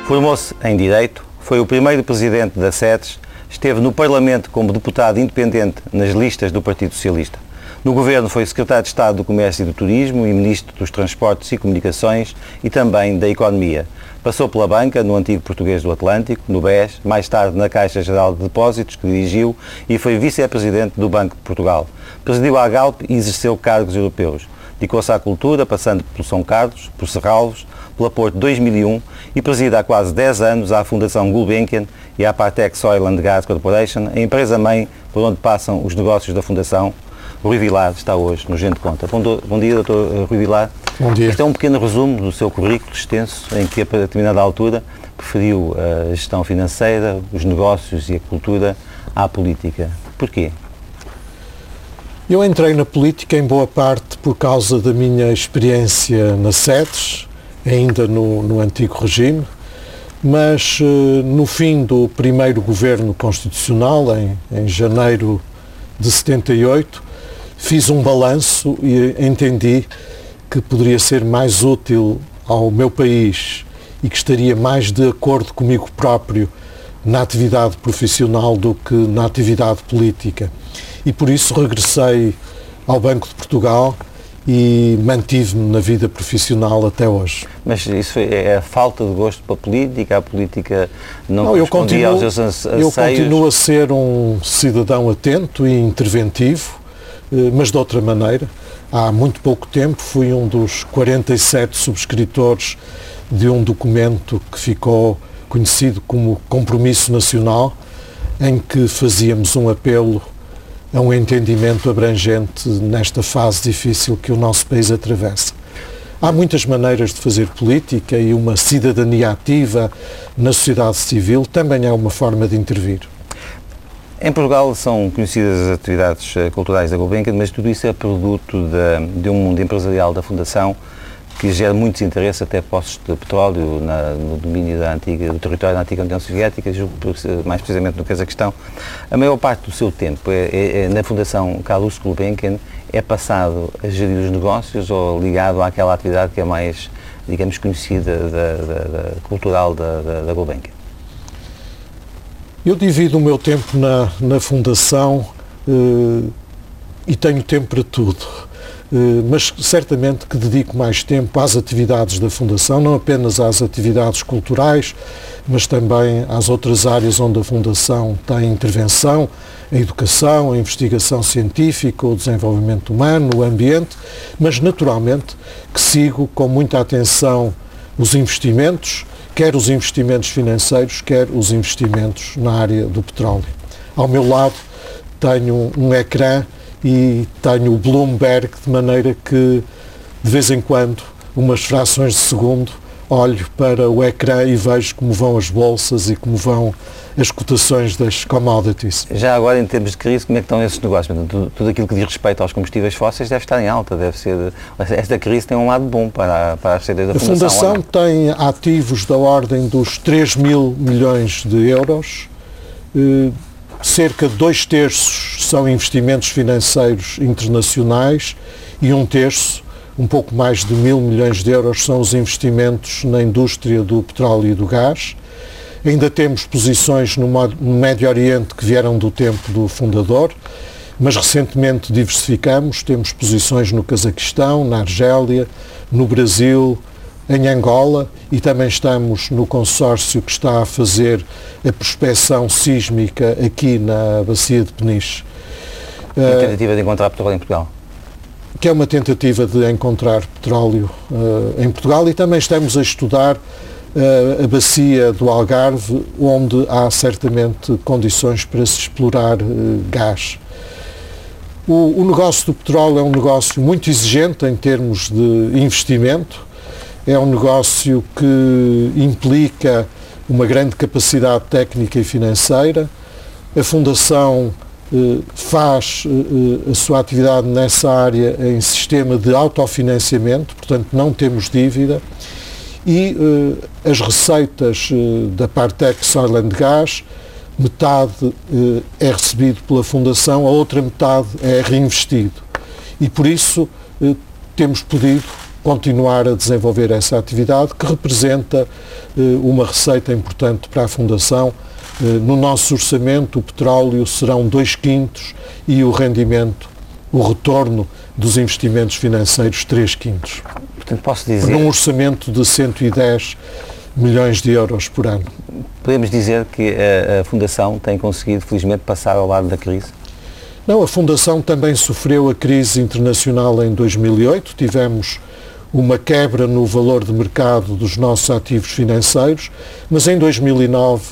Formou-se em Direito, foi o primeiro presidente da SEDES, esteve no Parlamento como deputado independente nas listas do Partido Socialista. No Governo foi secretário de Estado do Comércio e do Turismo e ministro dos Transportes e Comunicações e também da Economia. Passou pela banca, no antigo Português do Atlântico, no BES, mais tarde na Caixa Geral de Depósitos, que dirigiu, e foi vice-presidente do Banco de Portugal. Presidiu a Galp e exerceu cargos europeus. Dedicou-se à cultura, passando pelo São Carlos, por Serralves, pela Porto 2001 e preside há quase 10 anos a Fundação Gulbenkian e a Partex Oil and Gas Corporation, a empresa-mãe por onde passam os negócios da Fundação. O Rui Vilar está hoje no Gente Conta. Bom dia, Dr. Rui Vilar. Bom dia. Este é um pequeno resumo do seu currículo extenso, em que a determinada altura preferiu a gestão financeira, os negócios e a cultura à política. Porquê? Eu entrei na política em boa parte por causa da minha experiência na SEDES, ainda no antigo regime, mas no fim do primeiro governo constitucional, em janeiro de 78, fiz um balanço e entendi que poderia ser mais útil ao meu país e que estaria mais de acordo comigo próprio na atividade profissional do que na atividade política. E por isso regressei ao Banco de Portugal e mantive-me na vida profissional até hoje. Mas isso é a falta de gosto para a política não correspondia aos seus anseios? Eu continuo a ser um cidadão atento e interventivo, mas de outra maneira. Há muito pouco tempo fui um dos 47 subscritores de um documento que ficou conhecido como Compromisso Nacional, em que fazíamos um apelo a um entendimento abrangente nesta fase difícil que o nosso país atravessa. Há muitas maneiras de fazer política e uma cidadania ativa na sociedade civil também é uma forma de intervir. Em Portugal são conhecidas as atividades culturais da Gulbenkian, mas tudo isso é produto de um mundo empresarial da Fundação que gera muitos interesses, até postos de petróleo no domínio do território da antiga União Soviética, mais precisamente no Cazaquistão. A maior parte do seu tempo na Fundação Calouste Gulbenkian é passado a gerir os negócios ou ligado àquela atividade que é mais, digamos, conhecida cultural da Gulbenkian? Eu divido o meu tempo na Fundação e tenho tempo para tudo. Mas certamente que dedico mais tempo às atividades da Fundação, não apenas às atividades culturais, mas também às outras áreas onde a Fundação tem intervenção, a educação, a investigação científica, o desenvolvimento humano, o ambiente, mas naturalmente que sigo com muita atenção os investimentos, quer os investimentos financeiros, quer os investimentos na área do petróleo. Ao meu lado tenho um ecrã e tenho o Bloomberg, de maneira que, de vez em quando, umas frações de segundo, olho para o ecrã e vejo como vão as bolsas e como vão as cotações das commodities. Já agora, em termos de crise, como é que estão esses negócios? Tudo aquilo que diz respeito aos combustíveis fósseis deve estar em alta, esta crise tem um lado bom para as saídas da Fundação. A Fundação tem ativos da ordem dos 3 mil milhões de euros, cerca de 2/3 são investimentos financeiros internacionais e 1/3, um pouco mais de 1.000 milhões de euros, são os investimentos na indústria do petróleo e do gás. Ainda temos posições no Médio Oriente que vieram do tempo do fundador, mas recentemente diversificamos, temos posições no Cazaquistão, na Argélia, no Brasil, em Angola e também estamos no consórcio que está a fazer a prospecção sísmica aqui na Bacia de Peniche. Uma tentativa de encontrar petróleo em Portugal? Que é uma tentativa de encontrar petróleo em Portugal e também estamos a estudar a bacia do Algarve, onde há certamente condições para se explorar gás. O negócio do petróleo é um negócio muito exigente em termos de investimento. É um negócio que implica uma grande capacidade técnica e financeira. A Fundação faz a sua atividade nessa área em sistema de autofinanciamento, portanto não temos dívida, e as receitas da Partex Oil and Gas, metade é recebido pela Fundação, a outra metade é reinvestido. E por isso temos podido continuar a desenvolver essa atividade que representa uma receita importante para a Fundação. No nosso orçamento, o petróleo serão 2/5 e o rendimento, o retorno dos investimentos financeiros, 3/5. Portanto, posso dizer... Num orçamento de 110 milhões de euros por ano. Podemos dizer que a Fundação tem conseguido, felizmente, passar ao lado da crise? Não, a Fundação também sofreu a crise internacional em 2008. Tivemos uma quebra no valor de mercado dos nossos ativos financeiros, mas em 2009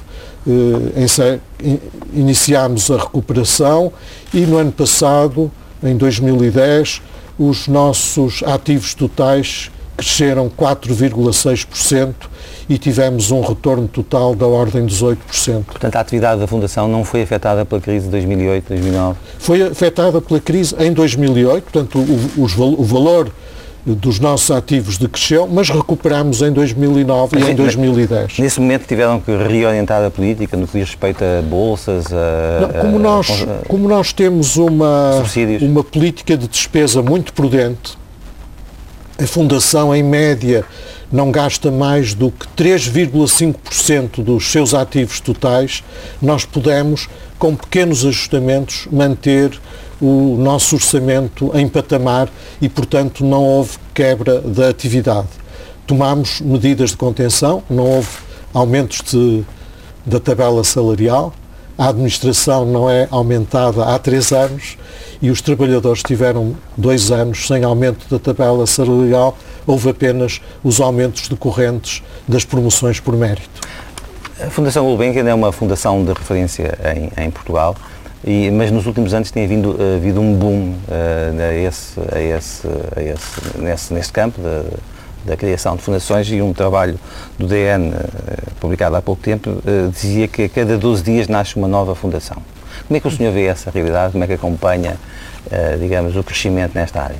iniciámos a recuperação e no ano passado, em 2010, os nossos ativos totais cresceram 4,6% e tivemos um retorno total da ordem dos 8%. Portanto, a atividade da Fundação não foi afetada pela crise de 2008, 2009? Foi afetada pela crise em 2008, portanto, o valor dos nossos ativos decresceu, mas recuperamos em 2009 e em 2010. Nesse momento tiveram que reorientar a política no que diz respeito a bolsas, como nós temos uma política de despesa muito prudente, a Fundação, em média, não gasta mais do que 3,5% dos seus ativos totais. Nós podemos, com pequenos ajustamentos, manter o nosso orçamento em patamar e, portanto, não houve quebra da atividade. Tomámos medidas de contenção, não houve aumentos da tabela salarial, a administração não é aumentada há 3 anos e os trabalhadores tiveram 2 anos sem aumento da tabela salarial, houve apenas os aumentos decorrentes das promoções por mérito. A Fundação Gulbenkian é uma fundação de referência em Portugal, mas nos últimos anos tem havido um boom nesse campo da criação de fundações, e um trabalho do DN, publicado há pouco tempo, dizia que a cada 12 dias nasce uma nova fundação. Como é que o senhor vê essa realidade? Como é que acompanha, digamos, o crescimento nesta área?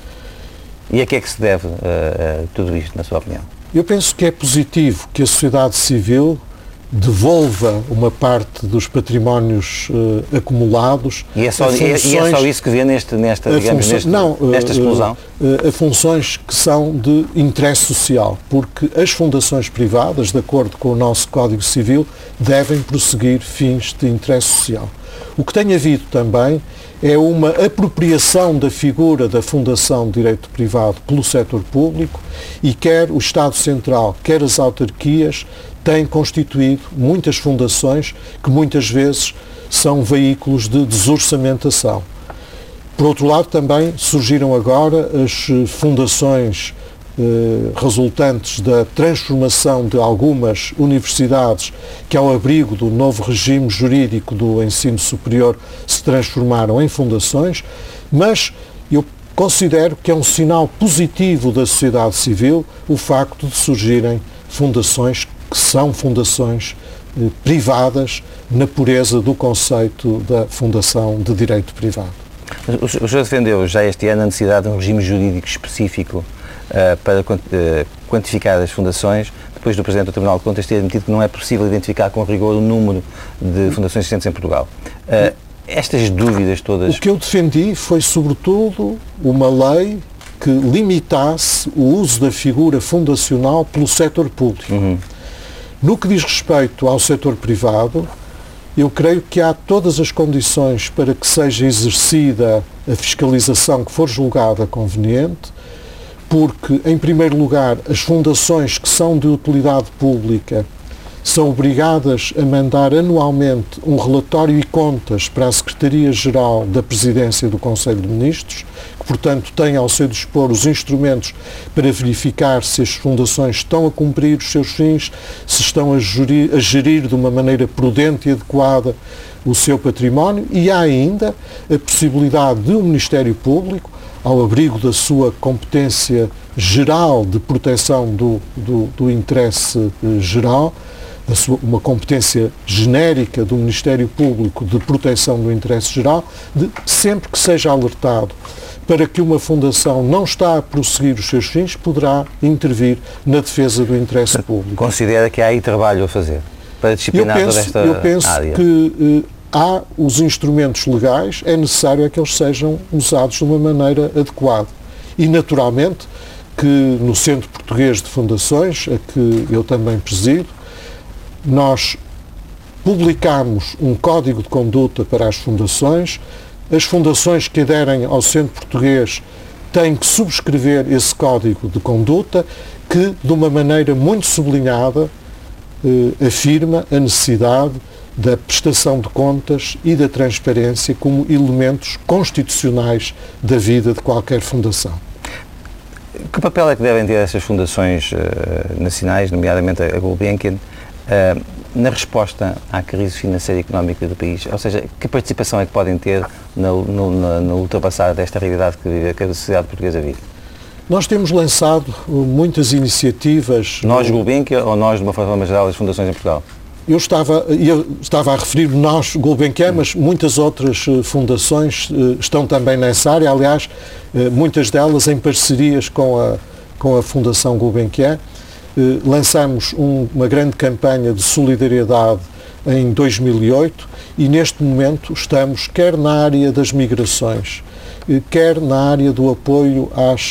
E a que é que se deve tudo isto, na sua opinião? Eu penso que é positivo que a sociedade civil devolva uma parte dos patrimónios acumulados. E é só isso que vê nesta explosão? A funções que são de interesse social, porque as fundações privadas, de acordo com o nosso Código Civil, devem prosseguir fins de interesse social. O que tem havido também é uma apropriação da figura da Fundação de Direito Privado pelo setor público, e quer o Estado Central, quer as autarquias, têm constituído muitas fundações que muitas vezes são veículos de desorçamentação. Por outro lado, também surgiram agora as fundações resultantes da transformação de algumas universidades que, ao abrigo do novo regime jurídico do ensino superior, se transformaram em fundações, mas eu considero que é um sinal positivo da sociedade civil o facto de surgirem fundações que são fundações privadas na pureza do conceito da fundação de direito privado. O senhor defendeu já este ano a necessidade de um regime jurídico específico para quantificar as fundações, depois do Presidente do Tribunal de Contas ter admitido que não é possível identificar com rigor o número de fundações existentes em Portugal. Estas dúvidas todas... O que eu defendi foi, sobretudo, uma lei que limitasse o uso da figura fundacional pelo setor público. No que diz respeito ao setor privado, eu creio que há todas as condições para que seja exercida a fiscalização que for julgada conveniente, porque, em primeiro lugar, as fundações que são de utilidade pública são obrigadas a mandar anualmente um relatório e contas para a Secretaria-Geral da Presidência do Conselho de Ministros, que, portanto, tem ao seu dispor os instrumentos para verificar se as fundações estão a cumprir os seus fins, se estão a gerir de uma maneira prudente e adequada o seu património, e há ainda a possibilidade de o Ministério Público, ao abrigo da sua competência geral de proteção do interesse geral, uma competência genérica do Ministério Público de proteção do interesse geral, de sempre que seja alertado para que uma fundação não está a prosseguir os seus fins, poderá intervir na defesa do interesse público. Considera que há aí trabalho a fazer para disciplinar toda esta área? Eu penso que há os instrumentos legais, é necessário que eles sejam usados de uma maneira adequada. E, naturalmente, que no Centro Português de Fundações, a que eu também presido, nós publicamos um código de conduta para as fundações. As fundações que aderem ao Centro Português têm que subscrever esse código de conduta que, de uma maneira muito sublinhada, afirma a necessidade da prestação de contas e da transparência como elementos constitucionais da vida de qualquer fundação. Que papel é que devem ter essas fundações nacionais, nomeadamente a Gulbenkian, na resposta à crise financeira e económica do país? Ou seja, que participação é que podem ter no ultrapassar desta realidade que vive, que a sociedade portuguesa vive? Nós temos lançado muitas iniciativas... Nós, Gulbenkian, ou nós, de uma forma geral, as fundações em Portugal? Eu estava a referir-me nós, Gulbenkian, mas muitas outras fundações estão também nessa área, aliás, muitas delas em parcerias com a Fundação Gulbenkian. Lançamos uma grande campanha de solidariedade em 2008 e neste momento estamos quer na área das migrações, quer na área do apoio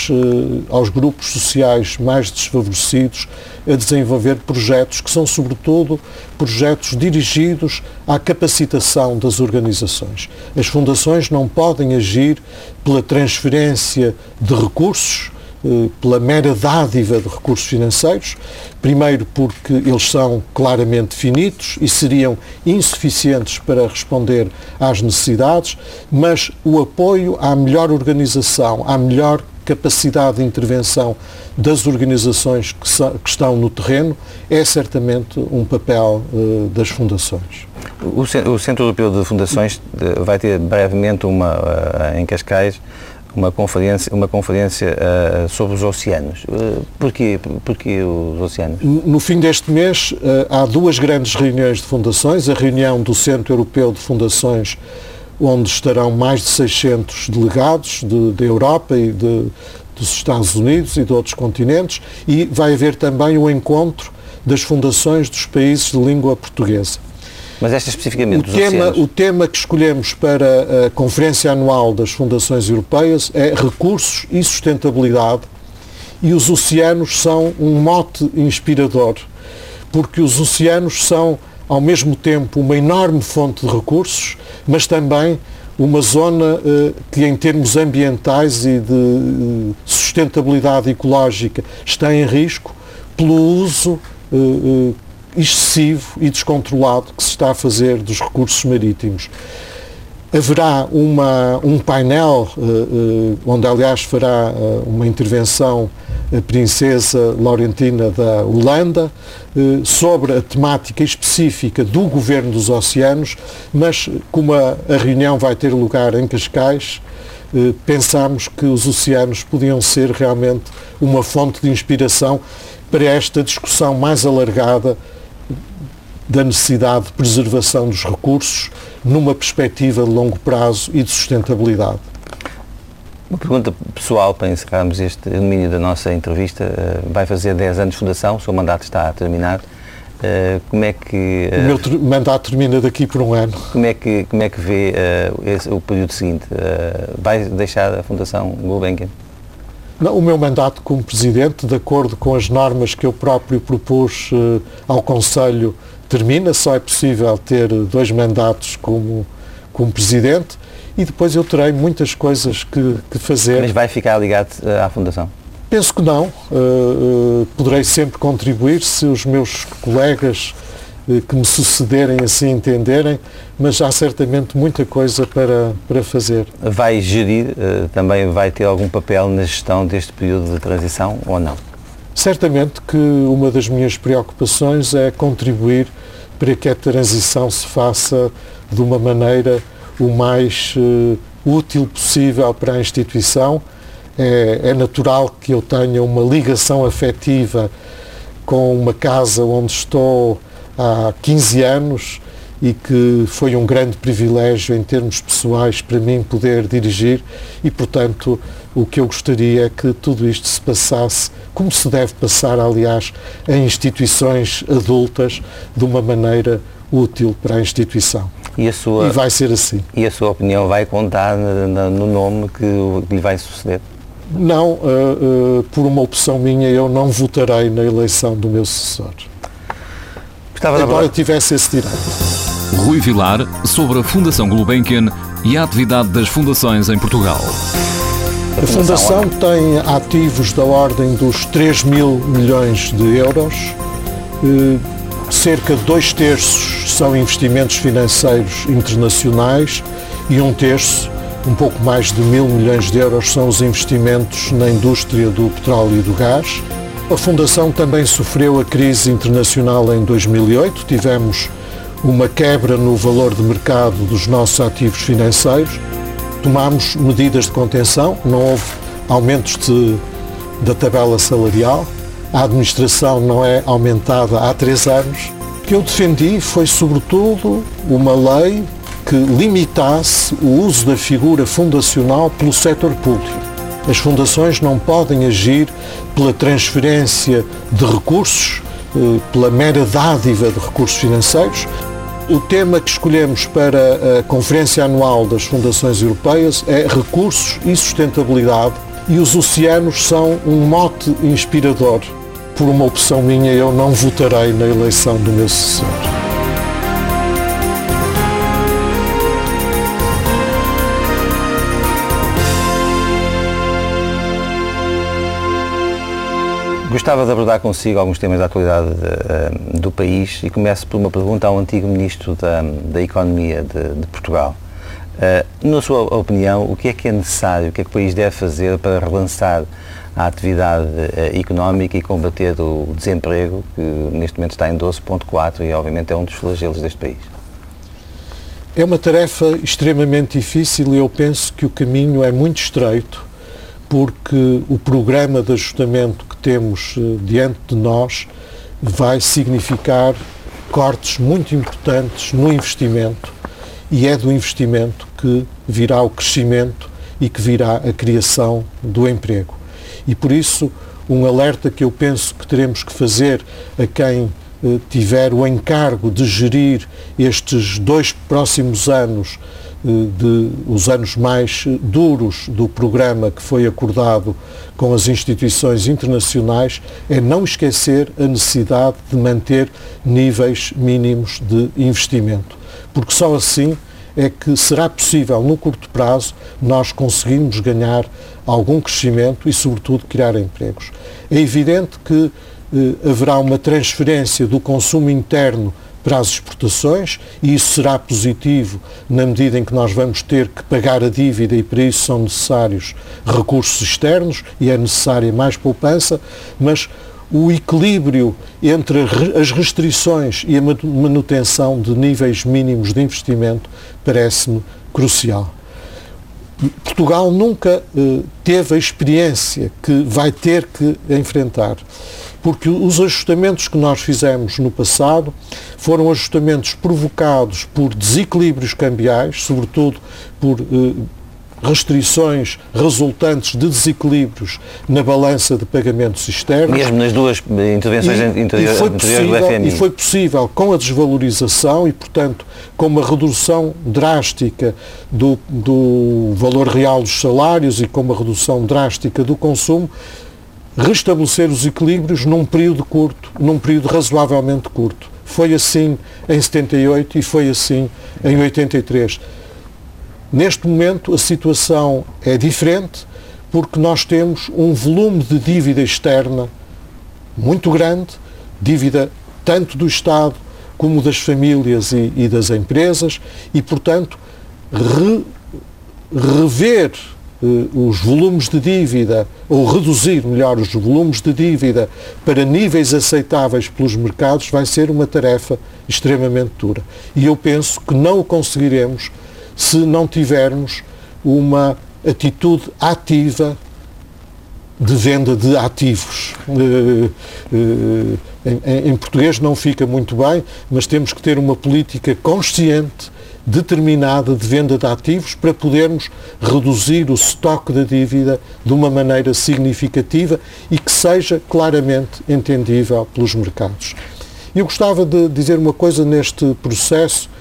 aos grupos sociais mais desfavorecidos, a desenvolver projetos que são sobretudo projetos dirigidos à capacitação das organizações. As fundações não podem agir pela transferência de recursos, pela mera dádiva de recursos financeiros, primeiro porque eles são claramente finitos e seriam insuficientes para responder às necessidades, mas o apoio à melhor organização, à melhor capacidade de intervenção das organizações que estão no terreno é certamente um papel das fundações. O Centro Europeu de Fundações vai ter brevemente em Cascais uma conferência sobre os oceanos. Porquê os oceanos? No fim deste mês há duas grandes reuniões de fundações, a reunião do Centro Europeu de Fundações, onde estarão mais de 600 delegados da Europa e dos Estados Unidos e de outros continentes, e vai haver também o encontro das fundações dos países de língua portuguesa. Mas esta especificamente dos oceanos? O tema que escolhemos para a Conferência Anual das Fundações Europeias é recursos e sustentabilidade, e os oceanos são um mote inspirador, porque os oceanos são, ao mesmo tempo, uma enorme fonte de recursos, mas também uma zona que, em termos ambientais e de sustentabilidade ecológica, está em risco pelo uso excessivo e descontrolado que se está a fazer dos recursos marítimos. Haverá um painel, onde aliás fará uma intervenção a princesa Laurentina da Holanda, sobre a temática específica do Governo dos Oceanos, mas como a reunião vai ter lugar em Cascais, pensámos que os oceanos podiam ser realmente uma fonte de inspiração para esta discussão mais alargada da necessidade de preservação dos recursos numa perspectiva de longo prazo e de sustentabilidade. Uma pergunta pessoal para encerrarmos este domínio da nossa entrevista. Vai fazer 10 anos de fundação, o seu mandato está a terminar. Como é que... O meu mandato termina daqui por um ano. Como é que vê o período seguinte? Vai deixar a Fundação Gulbenkian? Não, o meu mandato como Presidente, de acordo com as normas que eu próprio propus ao Conselho, termina. Só é possível ter 2 mandatos como Presidente e depois eu terei muitas coisas que fazer. Mas vai ficar ligado à Fundação? Penso que não. Poderei sempre contribuir se os meus colegas que me sucederem assim entenderem, mas há certamente muita coisa para fazer. Vai gerir, também vai ter algum papel na gestão deste período de transição ou não? Certamente que uma das minhas preocupações é contribuir para que a transição se faça de uma maneira o mais útil possível para a instituição. É natural que eu tenha uma ligação afetiva com uma casa onde estou há 15 anos e que foi um grande privilégio em termos pessoais para mim poder dirigir e, portanto, o que eu gostaria é que tudo isto se passasse, como se deve passar, aliás, em instituições adultas, de uma maneira útil para a instituição. E vai ser assim. E a sua opinião vai contar no nome que lhe vai suceder? Não, por uma opção minha, eu não votarei na eleição do meu sucessor. Embora tivesse esse direito. Rui Vilar, sobre a Fundação Gulbenkian e a atividade das fundações em Portugal. A Fundação tem ativos da ordem dos 3 mil milhões de euros. Cerca de 2/3 são investimentos financeiros internacionais e 1/3, um pouco mais de 1.000 milhões de euros, são os investimentos na indústria do petróleo e do gás. A Fundação também sofreu a crise internacional em 2008. Tivemos uma quebra no valor de mercado dos nossos ativos financeiros. Tomámos medidas de contenção, não houve aumentos da tabela salarial. A administração não é aumentada há 3 anos. O que eu defendi foi, sobretudo, uma lei que limitasse o uso da figura fundacional pelo setor público. As fundações não podem agir pela transferência de recursos, pela mera dádiva de recursos financeiros. O tema que escolhemos para a Conferência Anual das Fundações Europeias é recursos e sustentabilidade, e os oceanos são um mote inspirador. Por uma opção minha, eu não votarei na eleição do meu sucessor. Gostava de abordar consigo alguns temas da atualidade do país e começo por uma pergunta ao antigo Ministro da Economia de Portugal. Na sua opinião, o que é necessário, o que é que o país deve fazer para relançar a atividade económica e combater o desemprego, que neste momento está em 12,4% e obviamente é um dos flagelos deste país? É uma tarefa extremamente difícil e eu penso que o caminho é muito estreito, porque o programa de ajustamento que temos diante de nós vai significar cortes muito importantes no investimento, e é do investimento que virá o crescimento e que virá a criação do emprego. E por isso, um alerta que eu penso que teremos que fazer a quem tiver o encargo de gerir estes 2 próximos anos, os anos mais duros do programa que foi acordado com as instituições internacionais, é não esquecer a necessidade de manter níveis mínimos de investimento, porque só assim é que será possível, no curto prazo, nós conseguirmos ganhar algum crescimento e, sobretudo, criar empregos. É evidente que haverá uma transferência do consumo interno para as exportações, e isso será positivo na medida em que nós vamos ter que pagar a dívida e para isso são necessários recursos externos e é necessária mais poupança, mas o equilíbrio entre as restrições e a manutenção de níveis mínimos de investimento parece-me crucial. Portugal nunca teve a experiência que vai ter que enfrentar, porque os ajustamentos que nós fizemos no passado foram ajustamentos provocados por desequilíbrios cambiais, sobretudo por restrições resultantes de desequilíbrios na balança de pagamentos externos. Mesmo nas 2 intervenções anteriores do FMI. E foi possível, com a desvalorização e, portanto, com uma redução drástica do valor real dos salários e com uma redução drástica do consumo, restabelecer os equilíbrios num período curto, num período razoavelmente curto. Foi assim em 78 e foi assim em 83. Neste momento a situação é diferente porque nós temos um volume de dívida externa muito grande, dívida tanto do Estado como das famílias e das empresas e, portanto, rever os volumes de dívida, ou reduzir, melhor, os volumes de dívida para níveis aceitáveis pelos mercados vai ser uma tarefa extremamente dura. E eu penso que não o conseguiremos se não tivermos uma atitude ativa de venda de ativos. Em português não fica muito bem, mas temos que ter uma política consciente, determinada de venda de ativos para podermos reduzir o estoque da dívida de uma maneira significativa e que seja claramente entendível pelos mercados. Eu gostava de dizer uma coisa neste processo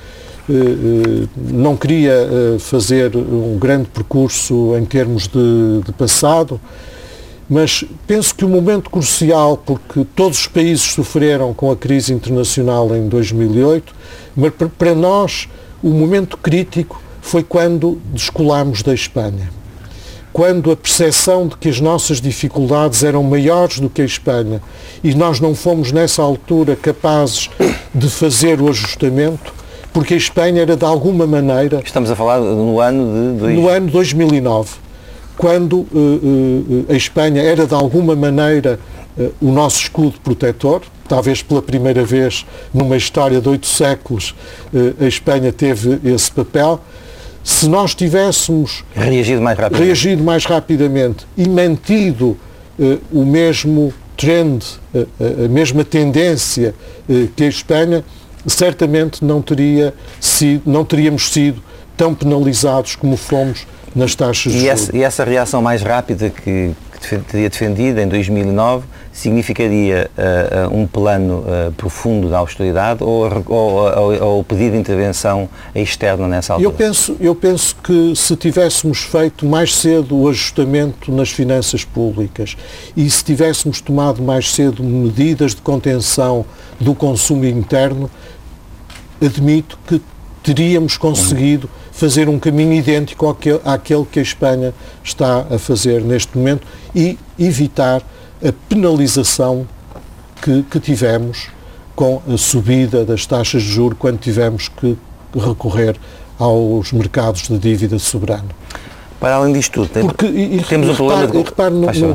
não queria fazer um grande percurso em termos de passado, mas penso que o momento crucial, porque todos os países sofreram com a crise internacional em 2008, mas para nós o momento crítico foi quando descolámos da Espanha. Quando a percepção de que as nossas dificuldades eram maiores do que a Espanha e nós não fomos nessa altura capazes de fazer o ajustamento, porque a Espanha era de alguma maneira... Estamos a falar no ano de... No ano 2009, quando a Espanha era de alguma maneira o nosso escudo protetor, talvez pela primeira vez numa história de 8 séculos a Espanha teve esse papel. Se nós tivéssemos reagido mais rapidamente e mantido o mesmo trend, a mesma tendência que a Espanha, certamente não teríamos sido tão penalizados como fomos nas taxas de juros. E essa reação mais rápida que teria defendido em 2009 significaria um plano profundo de austeridade ou o pedido de intervenção externa nessa altura? Eu penso que se tivéssemos feito mais cedo o ajustamento nas finanças públicas e se tivéssemos tomado mais cedo medidas de contenção do consumo interno, admito que teríamos conseguido fazer um caminho idêntico àquele que a Espanha está a fazer neste momento e evitar a penalização que tivemos com a subida das taxas de juros quando tivemos que recorrer aos mercados de dívida soberana. Para além disto tudo, temos um problema...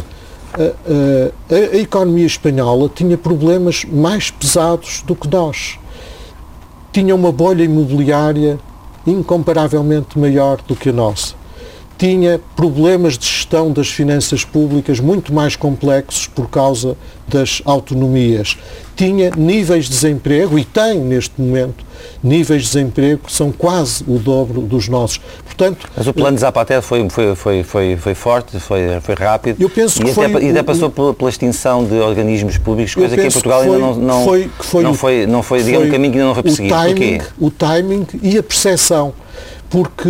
A economia espanhola tinha problemas mais pesados do que nós. Tinha uma bolha imobiliária incomparavelmente maior do que a nossa. Tinha problemas de gestão das finanças públicas muito mais complexos por causa das autonomias. Tinha níveis de desemprego, e tem neste momento, níveis de desemprego que são quase o dobro dos nossos. Portanto, mas o plano de Zapatero foi forte, foi rápido. Eu penso que e até passou pela extinção de organismos públicos, coisa que em Portugal ainda não foi, digamos, um caminho que ainda não foi perseguido. O timing e a percepção. Porque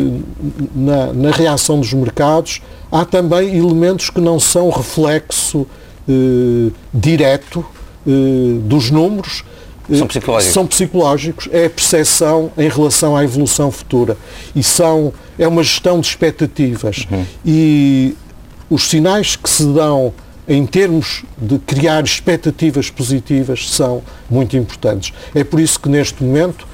na reação dos mercados há também elementos que não são reflexo direto dos números. São psicológicos. É a percepção em relação à evolução futura. E é uma gestão de expectativas. E os sinais que se dão em termos de criar expectativas positivas são muito importantes. É por isso que neste momento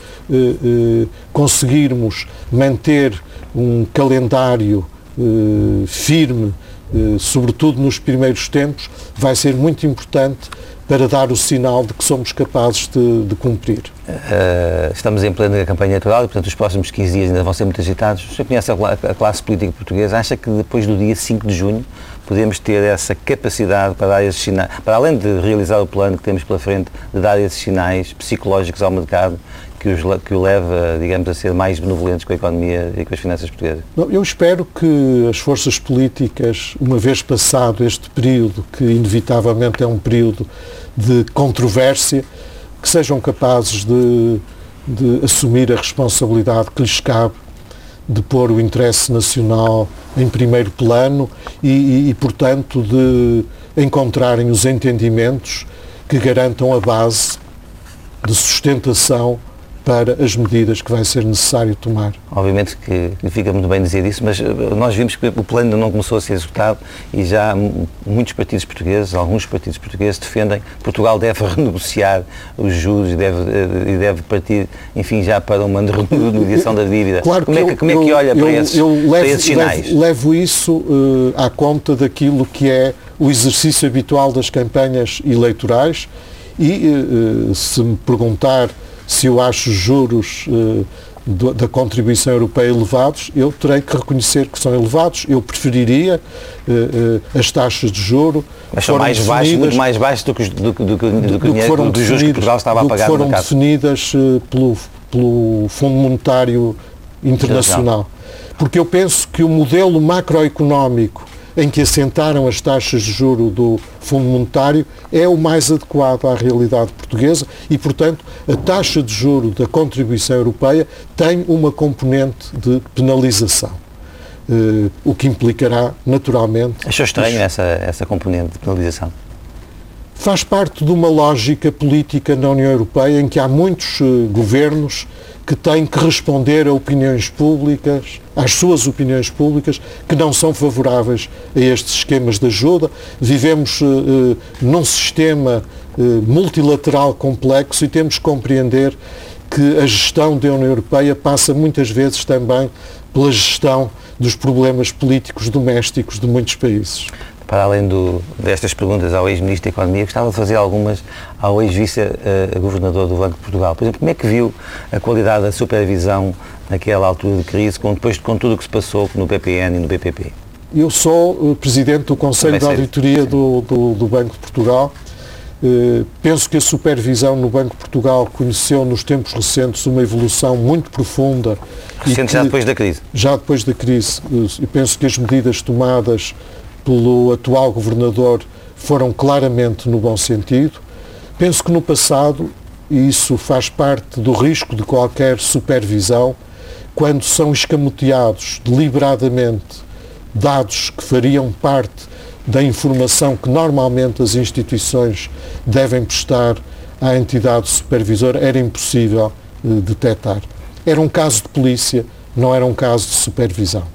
conseguirmos manter um calendário firme, sobretudo nos primeiros tempos, vai ser muito importante para dar o sinal de que somos capazes de cumprir. Estamos em plena campanha eleitoral e, portanto, os próximos 15 dias ainda vão ser muito agitados. O senhor conhece a classe política portuguesa? Acha que depois do dia 5 de junho podemos ter essa capacidade para dar esses sinais, para além de realizar o plano que temos pela frente, de dar esses sinais psicológicos ao mercado que o leva, digamos, a ser mais benevolentes com a economia e com as finanças portuguesas? Eu espero que as forças políticas, uma vez passado este período, que inevitavelmente é um período de controvérsia, que sejam capazes de assumir a responsabilidade que lhes cabe, de pôr o interesse nacional em primeiro plano e, portanto, de encontrarem os entendimentos que garantam a base de sustentação para as medidas que vai ser necessário tomar. Obviamente que fica muito bem dizer isso, mas nós vimos que o plano ainda não começou a ser executado e já muitos partidos portugueses, alguns partidos portugueses defendem que Portugal deve renegociar os juros e deve partir, enfim, já para uma renegociação da dívida. Claro, como é que olha para esses sinais? Levo isso à conta daquilo que é o exercício habitual das campanhas eleitorais e se me perguntar se eu acho os juros da contribuição europeia elevados, eu terei que reconhecer que são elevados. Eu preferiria as taxas de juro. Mas são muito mais baixos do que os juros que Portugal estava a pagar no mercado. Foram definidas pelo Fundo Monetário Internacional. Porque eu penso que o modelo macroeconómico em que assentaram as taxas de juro do Fundo Monetário é o mais adequado à realidade portuguesa e, portanto, a taxa de juro da contribuição europeia tem uma componente de penalização, o que implicará, naturalmente... Achou estranho essa componente de penalização? Faz parte de uma lógica política na União Europeia em que há muitos governos que têm que responder a opiniões públicas, às suas opiniões públicas, que não são favoráveis a estes esquemas de ajuda. Vivemos num sistema multilateral complexo e temos que compreender que a gestão da União Europeia passa muitas vezes também pela gestão dos problemas políticos domésticos de muitos países. Para além destas perguntas ao ex-ministro da Economia, gostava de fazer algumas ao ex-vice-governador do Banco de Portugal. Por exemplo, como é que viu a qualidade da supervisão naquela altura de crise, depois com tudo o que se passou no BPN e no BPP? Eu sou presidente do Conselho de Auditoria do Banco de Portugal. Penso que a supervisão no Banco de Portugal conheceu nos tempos recentes uma evolução muito profunda. Recente já depois da crise? Já depois da crise. Eu penso que as medidas tomadas pelo atual governador foram claramente no bom sentido. Penso que no passado, e isso faz parte do risco de qualquer supervisão, quando são escamoteados deliberadamente dados que fariam parte da informação que normalmente as instituições devem prestar à entidade supervisora, era impossível detectar. Era um caso de polícia, não era um caso de supervisão.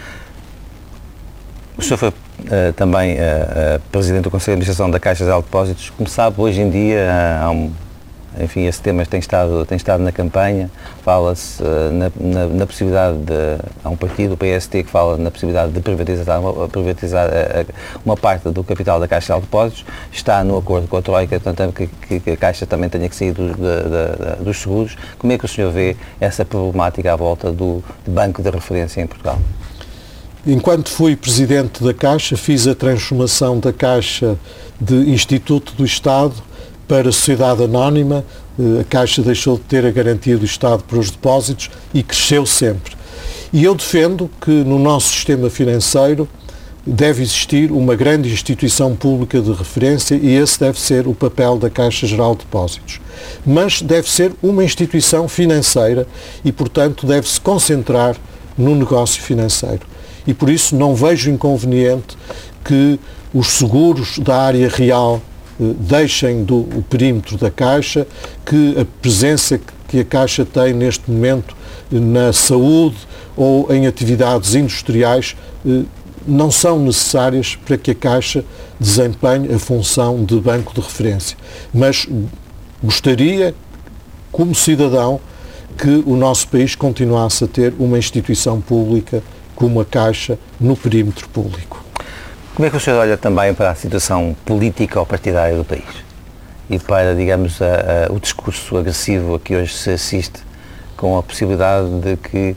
O senhor foi também Presidente do Conselho de Administração da Caixa Geral de Depósitos. Como sabe, hoje em dia, enfim, esse tema tem estado na campanha. Fala-se na possibilidade há um partido, o PST, que fala na possibilidade de privatizar uma parte do capital da Caixa Geral de Depósitos. Está no acordo com a Troika, portanto, que a Caixa também tenha que sair dos seguros. Como é que o senhor vê essa problemática à volta do banco de referência em Portugal? Enquanto fui Presidente da Caixa, fiz a transformação da Caixa de Instituto do Estado para Sociedade Anónima. A Caixa deixou de ter a garantia do Estado para os depósitos e cresceu sempre. E eu defendo que no nosso sistema financeiro deve existir uma grande instituição pública de referência e esse deve ser o papel da Caixa Geral de Depósitos. Mas deve ser uma instituição financeira e, portanto, deve-se concentrar no negócio financeiro. E por isso não vejo inconveniente que os seguros da área real deixem o perímetro da Caixa, que a presença que a Caixa tem neste momento na saúde ou em atividades industriais não são necessárias para que a Caixa desempenhe a função de banco de referência. Mas gostaria, como cidadão, que o nosso país continuasse a ter uma instituição pública como a Caixa no perímetro público. Como é que o senhor olha também para a situação política ou partidária do país? E para, digamos, o discurso agressivo a que hoje se assiste, com a possibilidade de que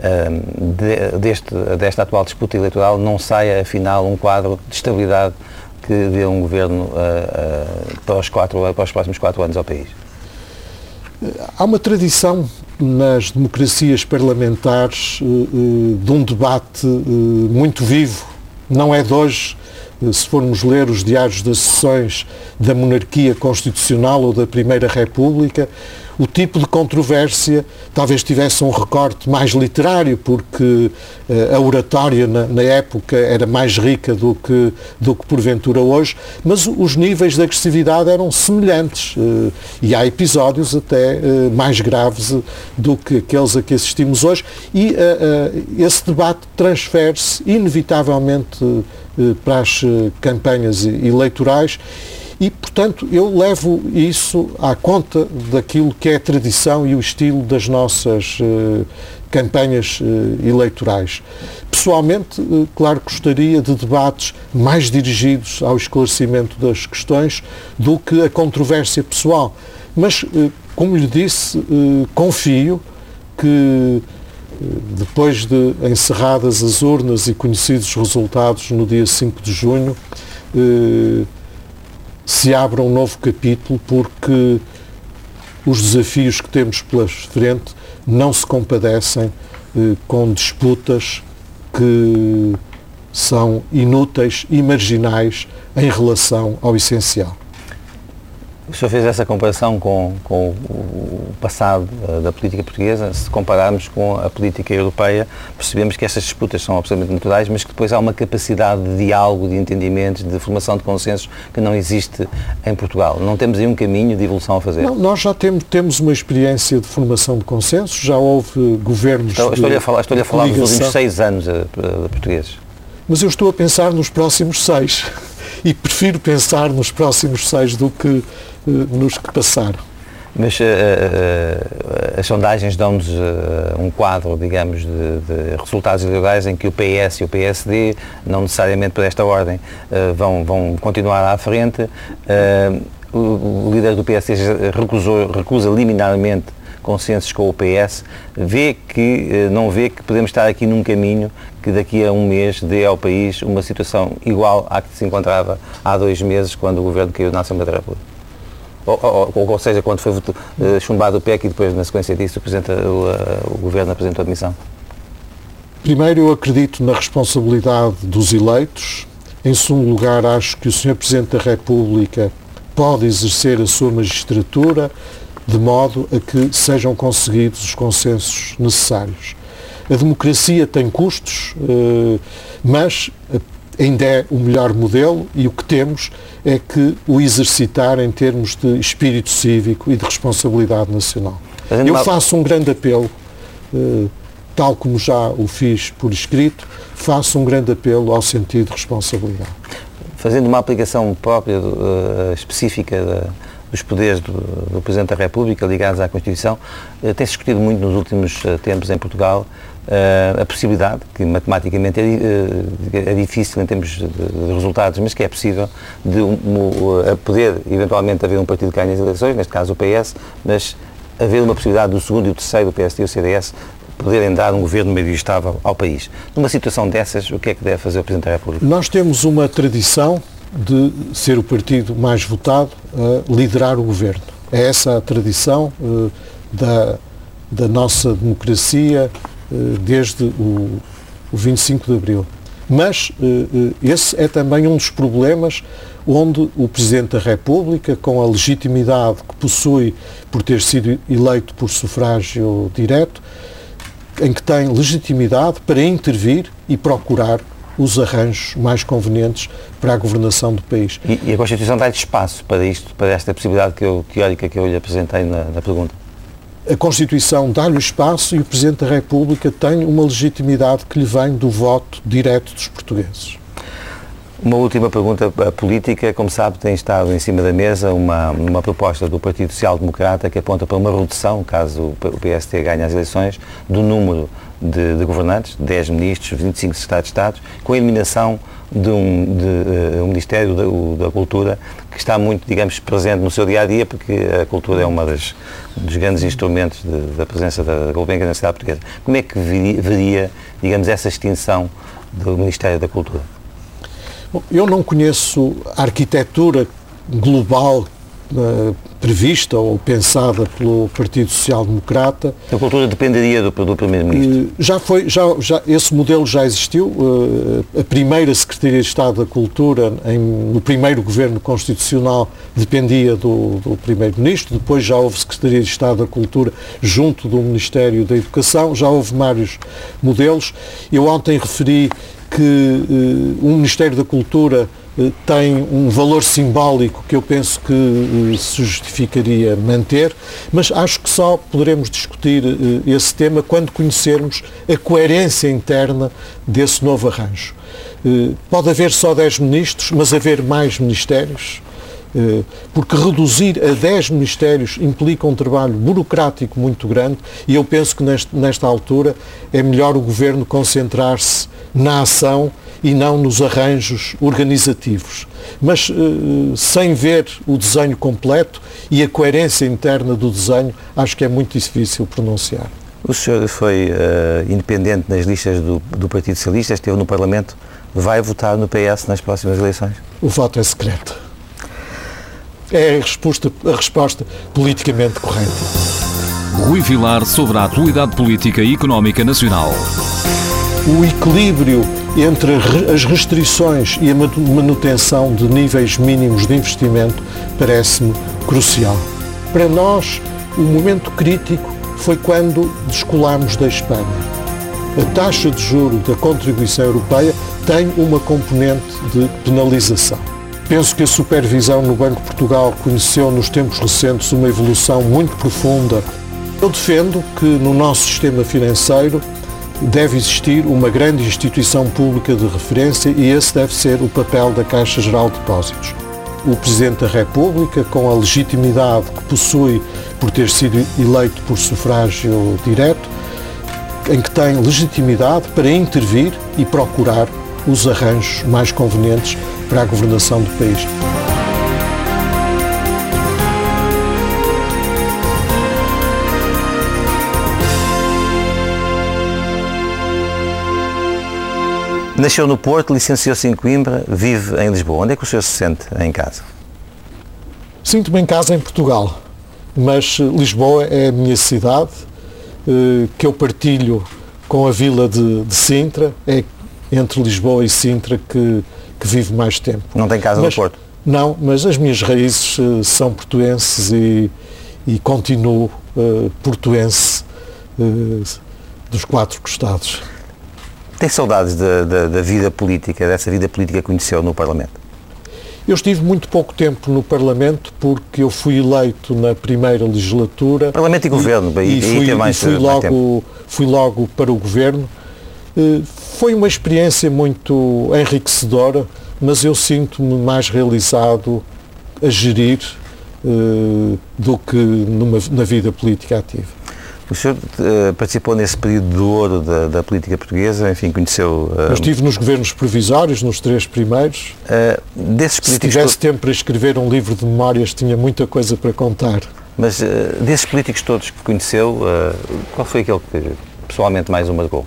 desta atual disputa eleitoral não saia, afinal, um quadro de estabilidade que dê um governo para os próximos 4 anos ao país? Há uma tradição nas democracias parlamentares de um debate muito vivo. Não é de hoje, se formos ler os diários das sessões da monarquia constitucional ou da Primeira República, o tipo de controvérsia talvez tivesse um recorte mais literário, porque a oratória na época era mais rica do que porventura hoje, mas os níveis de agressividade eram semelhantes e há episódios até mais graves do que aqueles a que assistimos hoje e esse debate transfere-se inevitavelmente para as campanhas eleitorais. E, portanto, eu levo isso à conta daquilo que é a tradição e o estilo das nossas campanhas eleitorais. Pessoalmente, claro, gostaria de debates mais dirigidos ao esclarecimento das questões do que a controvérsia pessoal. Mas, como lhe disse, confio que depois de encerradas as urnas e conhecidos os resultados no dia 5 de junho, se abra um novo capítulo, porque os desafios que temos pela frente não se compadecem com disputas que são inúteis e marginais em relação ao essencial. O senhor fez essa comparação com o passado da política portuguesa. Se compararmos com a política europeia, percebemos que estas disputas são absolutamente naturais, mas que depois há uma capacidade de diálogo, de entendimentos, de formação de consensos que não existe em Portugal. Não temos aí um caminho de evolução a fazer? Não, nós já temos uma experiência de formação de consensos, já houve governos... Estou-lhe a falar dos últimos 6 anos portugueses. Mas eu estou a pensar nos próximos 6 e prefiro pensar nos próximos 6 do que nos que passaram. Mas as sondagens dão-nos um quadro, digamos, de resultados eleitorais em que o PS e o PSD, não necessariamente por esta ordem, vão continuar à frente. O líder do PSD recusa liminarmente consensos com o PS, não vê que podemos estar aqui num caminho que daqui a um mês dê ao país uma situação igual à que se encontrava há 2 meses, quando o governo caiu na Assembleia da República. Ou seja, quando foi chumbado o PEC e depois, na sequência disso, o governo apresentou a admissão. Primeiro, eu acredito na responsabilidade dos eleitos. Em segundo lugar, acho que o Sr. Presidente da República pode exercer a sua magistratura de modo a que sejam conseguidos os consensos necessários. A democracia tem custos, mas ainda é o melhor modelo e o que temos é que o exercitar em termos de espírito cívico e de responsabilidade nacional. Eu faço um grande apelo, tal como já o fiz por escrito, faço um grande apelo ao sentido de responsabilidade. Fazendo uma aplicação própria, específica dos poderes do Presidente da República ligados à Constituição, tem-se discutido muito nos últimos tempos em Portugal a possibilidade, que matematicamente é difícil em termos de resultados, mas que é possível, de poder eventualmente haver um partido que ganhe as eleições, neste caso o PS, mas haver uma possibilidade do segundo e o terceiro, o PSD e o CDS, poderem dar um governo meio estável ao país. Numa situação dessas, o que é que deve fazer o Presidente da República? Nós temos uma tradição de ser o partido mais votado a liderar o governo. É essa a tradição da nossa democracia desde o 25 de Abril. Mas esse é também um dos problemas onde o Presidente da República, com a legitimidade que possui por ter sido eleito por sufrágio direto, em que tem legitimidade para intervir e procurar os arranjos mais convenientes para a governação do país. E a Constituição dá-lhe espaço para isto, para esta possibilidade teórica que eu lhe apresentei na pergunta? A Constituição dá-lhe espaço e o Presidente da República tem uma legitimidade que lhe vem do voto direto dos portugueses. Uma última pergunta política. Como sabe, tem estado em cima da mesa uma proposta do Partido Social Democrata que aponta para uma redução, caso o PST ganhe as eleições, do número de governantes, 10 ministros, 25 secretários de Estado, com a eliminação de um Ministério da Cultura que está muito, digamos, presente no seu dia-a-dia, porque a cultura é dos grandes instrumentos da presença da Gulbenkian na sociedade portuguesa. Como é que veria, digamos, essa extinção do Ministério da Cultura? Bom, eu não conheço a arquitetura global prevista ou pensada pelo Partido Social Democrata. A cultura dependeria do Primeiro-Ministro? Esse modelo já existiu. A primeira Secretaria de Estado da Cultura, no primeiro governo constitucional, dependia do Primeiro-Ministro. Depois já houve Secretaria de Estado da Cultura junto do Ministério da Educação. Já houve vários modelos. Eu ontem referi que o Ministério da Cultura tem um valor simbólico que eu penso que se justificaria manter, mas acho que só poderemos discutir esse tema quando conhecermos a coerência interna desse novo arranjo. Pode haver só 10 ministros, mas haver mais ministérios, porque reduzir a 10 ministérios implica um trabalho burocrático muito grande e eu penso que nesta altura é melhor o Governo concentrar-se na ação e não nos arranjos organizativos. Mas sem ver o desenho completo e a coerência interna do desenho, acho que é muito difícil pronunciar. O senhor foi independente nas listas do Partido Socialista, esteve no Parlamento, vai votar no PS nas próximas eleições? O voto é secreto. É a resposta politicamente correta. Rui Vilar sobre a atualidade política e económica nacional. O equilíbrio entre as restrições e a manutenção de níveis mínimos de investimento parece-me crucial. Para nós, o momento crítico foi quando descolámos da Espanha. A taxa de juro da contribuição europeia tem uma componente de penalização. Penso que a supervisão no Banco de Portugal conheceu nos tempos recentes uma evolução muito profunda. Eu defendo que no nosso sistema financeiro deve existir uma grande instituição pública de referência e esse deve ser o papel da Caixa Geral de Depósitos. O Presidente da República, com a legitimidade que possui por ter sido eleito por sufrágio direto, em que tem legitimidade para intervir e procurar os arranjos mais convenientes para a governação do país. Nasceu no Porto, licenciou-se em Coimbra, vive em Lisboa. Onde é que o senhor se sente em casa? Sinto-me em casa em Portugal, mas Lisboa é a minha cidade, que eu partilho com a vila de Sintra. É entre Lisboa e Sintra que vivo mais tempo. Não tem casa no Porto? Não, mas as minhas raízes são portuenses e continuo portuense dos 4 costados. Tem saudades da vida política, dessa vida política que conheceu no Parlamento? Eu estive muito pouco tempo no Parlamento porque eu fui eleito na primeira legislatura. Parlamento e Governo, fui logo para o Governo. Foi uma experiência muito enriquecedora, mas eu sinto-me mais realizado a gerir do que na vida política ativa. O senhor participou nesse período de ouro da política portuguesa, enfim, conheceu... Eu estive nos governos provisórios, nos 3 primeiros. Se tivesse tempo para escrever um livro de memórias, tinha muita coisa para contar. Mas desses políticos todos que conheceu, qual foi aquele que pessoalmente mais o marcou?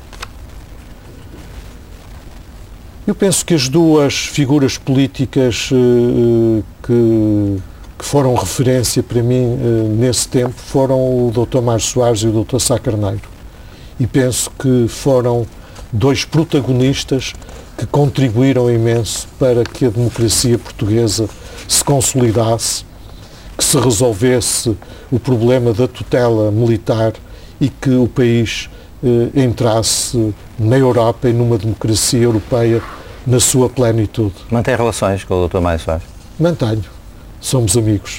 Eu penso que as 2 figuras políticas que foram referência para mim nesse tempo foram o Dr. Mário Soares e o Dr. Sá Carneiro. E penso que foram 2 protagonistas que contribuíram imenso para que a democracia portuguesa se consolidasse, que se resolvesse o problema da tutela militar e que o país entrasse na Europa e numa democracia europeia na sua plenitude. Mantém relações com o Dr. Mário Soares? Mantenho. Somos amigos.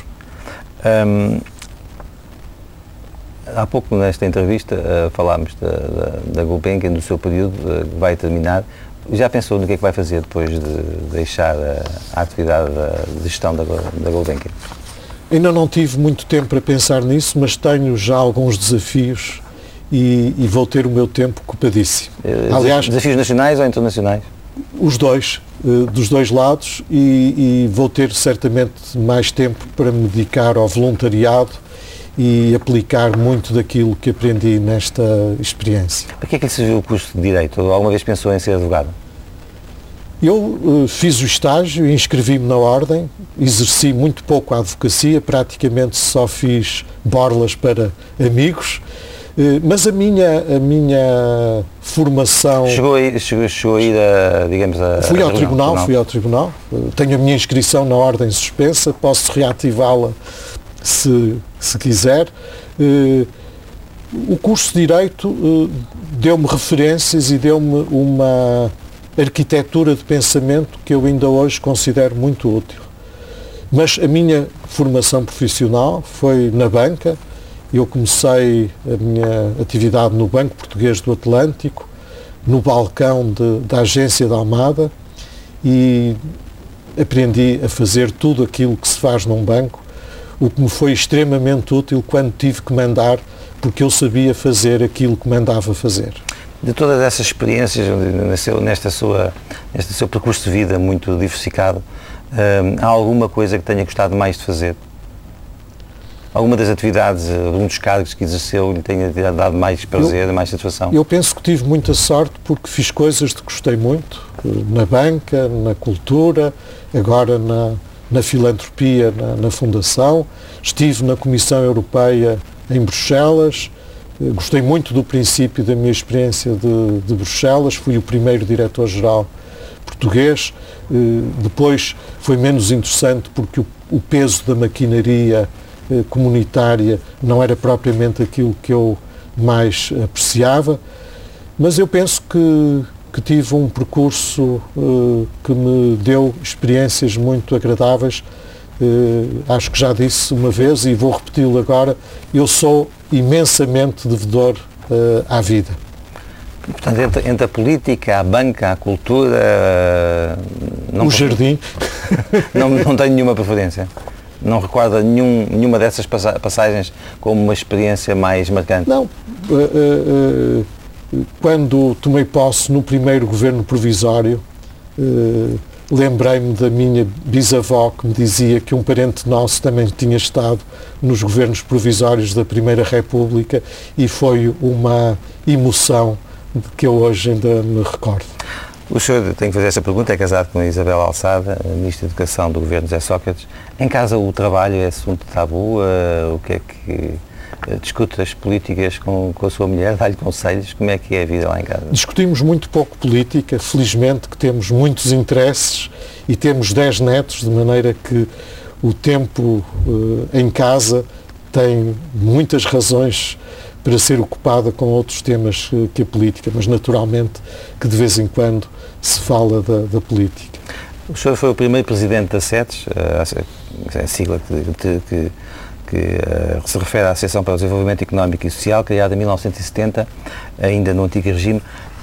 Há pouco nesta entrevista falámos da Gulbenkian, do seu período que vai terminar. Já pensou no que é que vai fazer depois de deixar a atividade de gestão da Gulbenkian? Ainda não tive muito tempo para pensar nisso, mas tenho já alguns desafios e vou ter o meu tempo ocupadíssimo. Aliás, desafios nacionais ou internacionais? Os dois, dos 2 lados, e vou ter certamente mais tempo para me dedicar ao voluntariado e aplicar muito daquilo que aprendi nesta experiência. Para que é que lhe serviu o curso de Direito? Alguma vez pensou em ser advogado? Eu fiz o estágio e inscrevi-me na Ordem, exerci muito pouco a advocacia, praticamente só fiz borlas para amigos, mas a minha formação... Chegou a ir digamos, Fui ao tribunal, tenho a minha inscrição na Ordem suspensa, posso reativá-la se quiser. O curso de Direito deu-me referências e deu-me uma arquitetura de pensamento que eu ainda hoje considero muito útil. Mas a minha formação profissional foi na banca. Eu comecei a minha atividade no Banco Português do Atlântico, no balcão da agência da Almada, e aprendi a fazer tudo aquilo que se faz num banco, o que me foi extremamente útil quando tive que mandar, porque eu sabia fazer aquilo que mandava fazer. De todas essas experiências, neste seu percurso de vida muito diversificado, há alguma coisa que tenha gostado mais de fazer? Alguma das atividades, um dos cargos que exerceu lhe tenha dado mais prazer, mais satisfação? Eu penso que tive muita sorte porque fiz coisas de que gostei muito, na banca, na cultura, agora na filantropia, na Fundação. Estive na Comissão Europeia em Bruxelas, Gostei muito do princípio da minha experiência de Bruxelas, fui o primeiro diretor-geral português, depois foi menos interessante porque o peso da maquinaria comunitária não era propriamente aquilo que eu mais apreciava, mas eu penso que tive um percurso que me deu experiências muito agradáveis. Acho que já disse uma vez e vou repeti-lo agora, eu sou imensamente devedor à vida. Portanto, entre a política, a banca, a cultura... o jardim. Não tenho nenhuma preferência? Não recorda nenhuma dessas passagens como uma experiência mais marcante? Não. Quando tomei posse no primeiro governo provisório, lembrei-me da minha bisavó que me dizia que um parente nosso também tinha estado nos governos provisórios da Primeira República e foi uma emoção de que eu hoje ainda me recordo. O senhor, tenho que fazer essa pergunta, é casado com a Isabel Alçada, Ministra da Educação do governo José Sócrates. Em casa o trabalho é assunto tabu? O que é que discute as políticas com a sua mulher? Dá-lhe conselhos? Como é que é a vida lá em casa? Discutimos muito pouco política, felizmente que temos muitos interesses e temos 10 netos, de maneira que o tempo em casa tem muitas razões para ser ocupada com outros temas que a política, mas naturalmente que de vez em quando se fala da política. O senhor foi o primeiro presidente da SETES, a sigla que se refere à Associação para o Desenvolvimento Económico e Social, criada em 1970, ainda no antigo regime.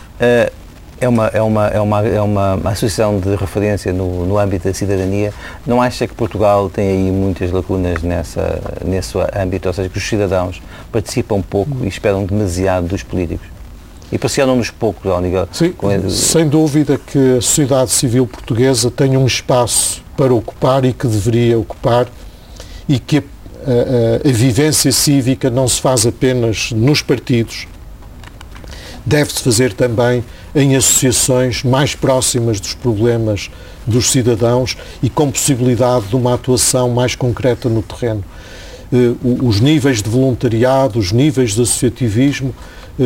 É uma associação de referência no âmbito da cidadania. Não acha que Portugal tem aí muitas lacunas nesse âmbito, ou seja, que os cidadãos participam pouco e esperam demasiado dos políticos? E pressionam-nos pouco ao nível... Sim, sem dúvida que a sociedade civil portuguesa tem um espaço para ocupar e que deveria ocupar, e que a vivência cívica não se faz apenas nos partidos, deve-se fazer também em associações mais próximas dos problemas dos cidadãos e com possibilidade de uma atuação mais concreta no terreno. Os níveis de voluntariado, os níveis de associativismo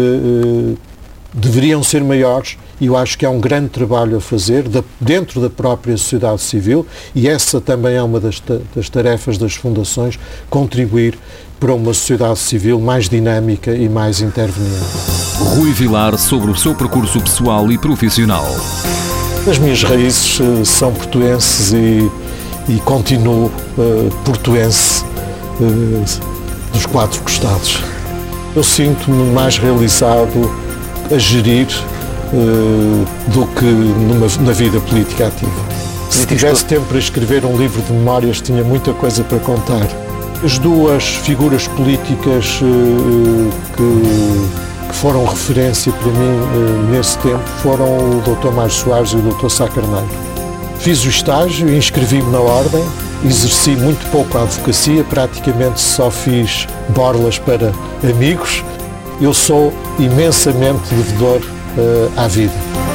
deveriam ser maiores, e eu acho que há um grande trabalho a fazer dentro da própria sociedade civil, e essa também é uma das tarefas das fundações, contribuir para uma sociedade civil mais dinâmica e mais interveniente. Rui Vilar sobre o seu percurso pessoal e profissional. As minhas raízes são portuenses e continuo portuense dos 4 costados. Eu sinto-me mais realizado a gerir do que na vida política ativa. Se tivesse tempo para escrever um livro de memórias, tinha muita coisa para contar. As duas figuras políticas que foram referência para mim nesse tempo foram o Dr. Mário Soares e o Dr. Sá Carneiro. Fiz o estágio, inscrevi-me na Ordem, exerci muito pouco a advocacia, praticamente só fiz borlas para amigos. Eu sou imensamente devedor à vida.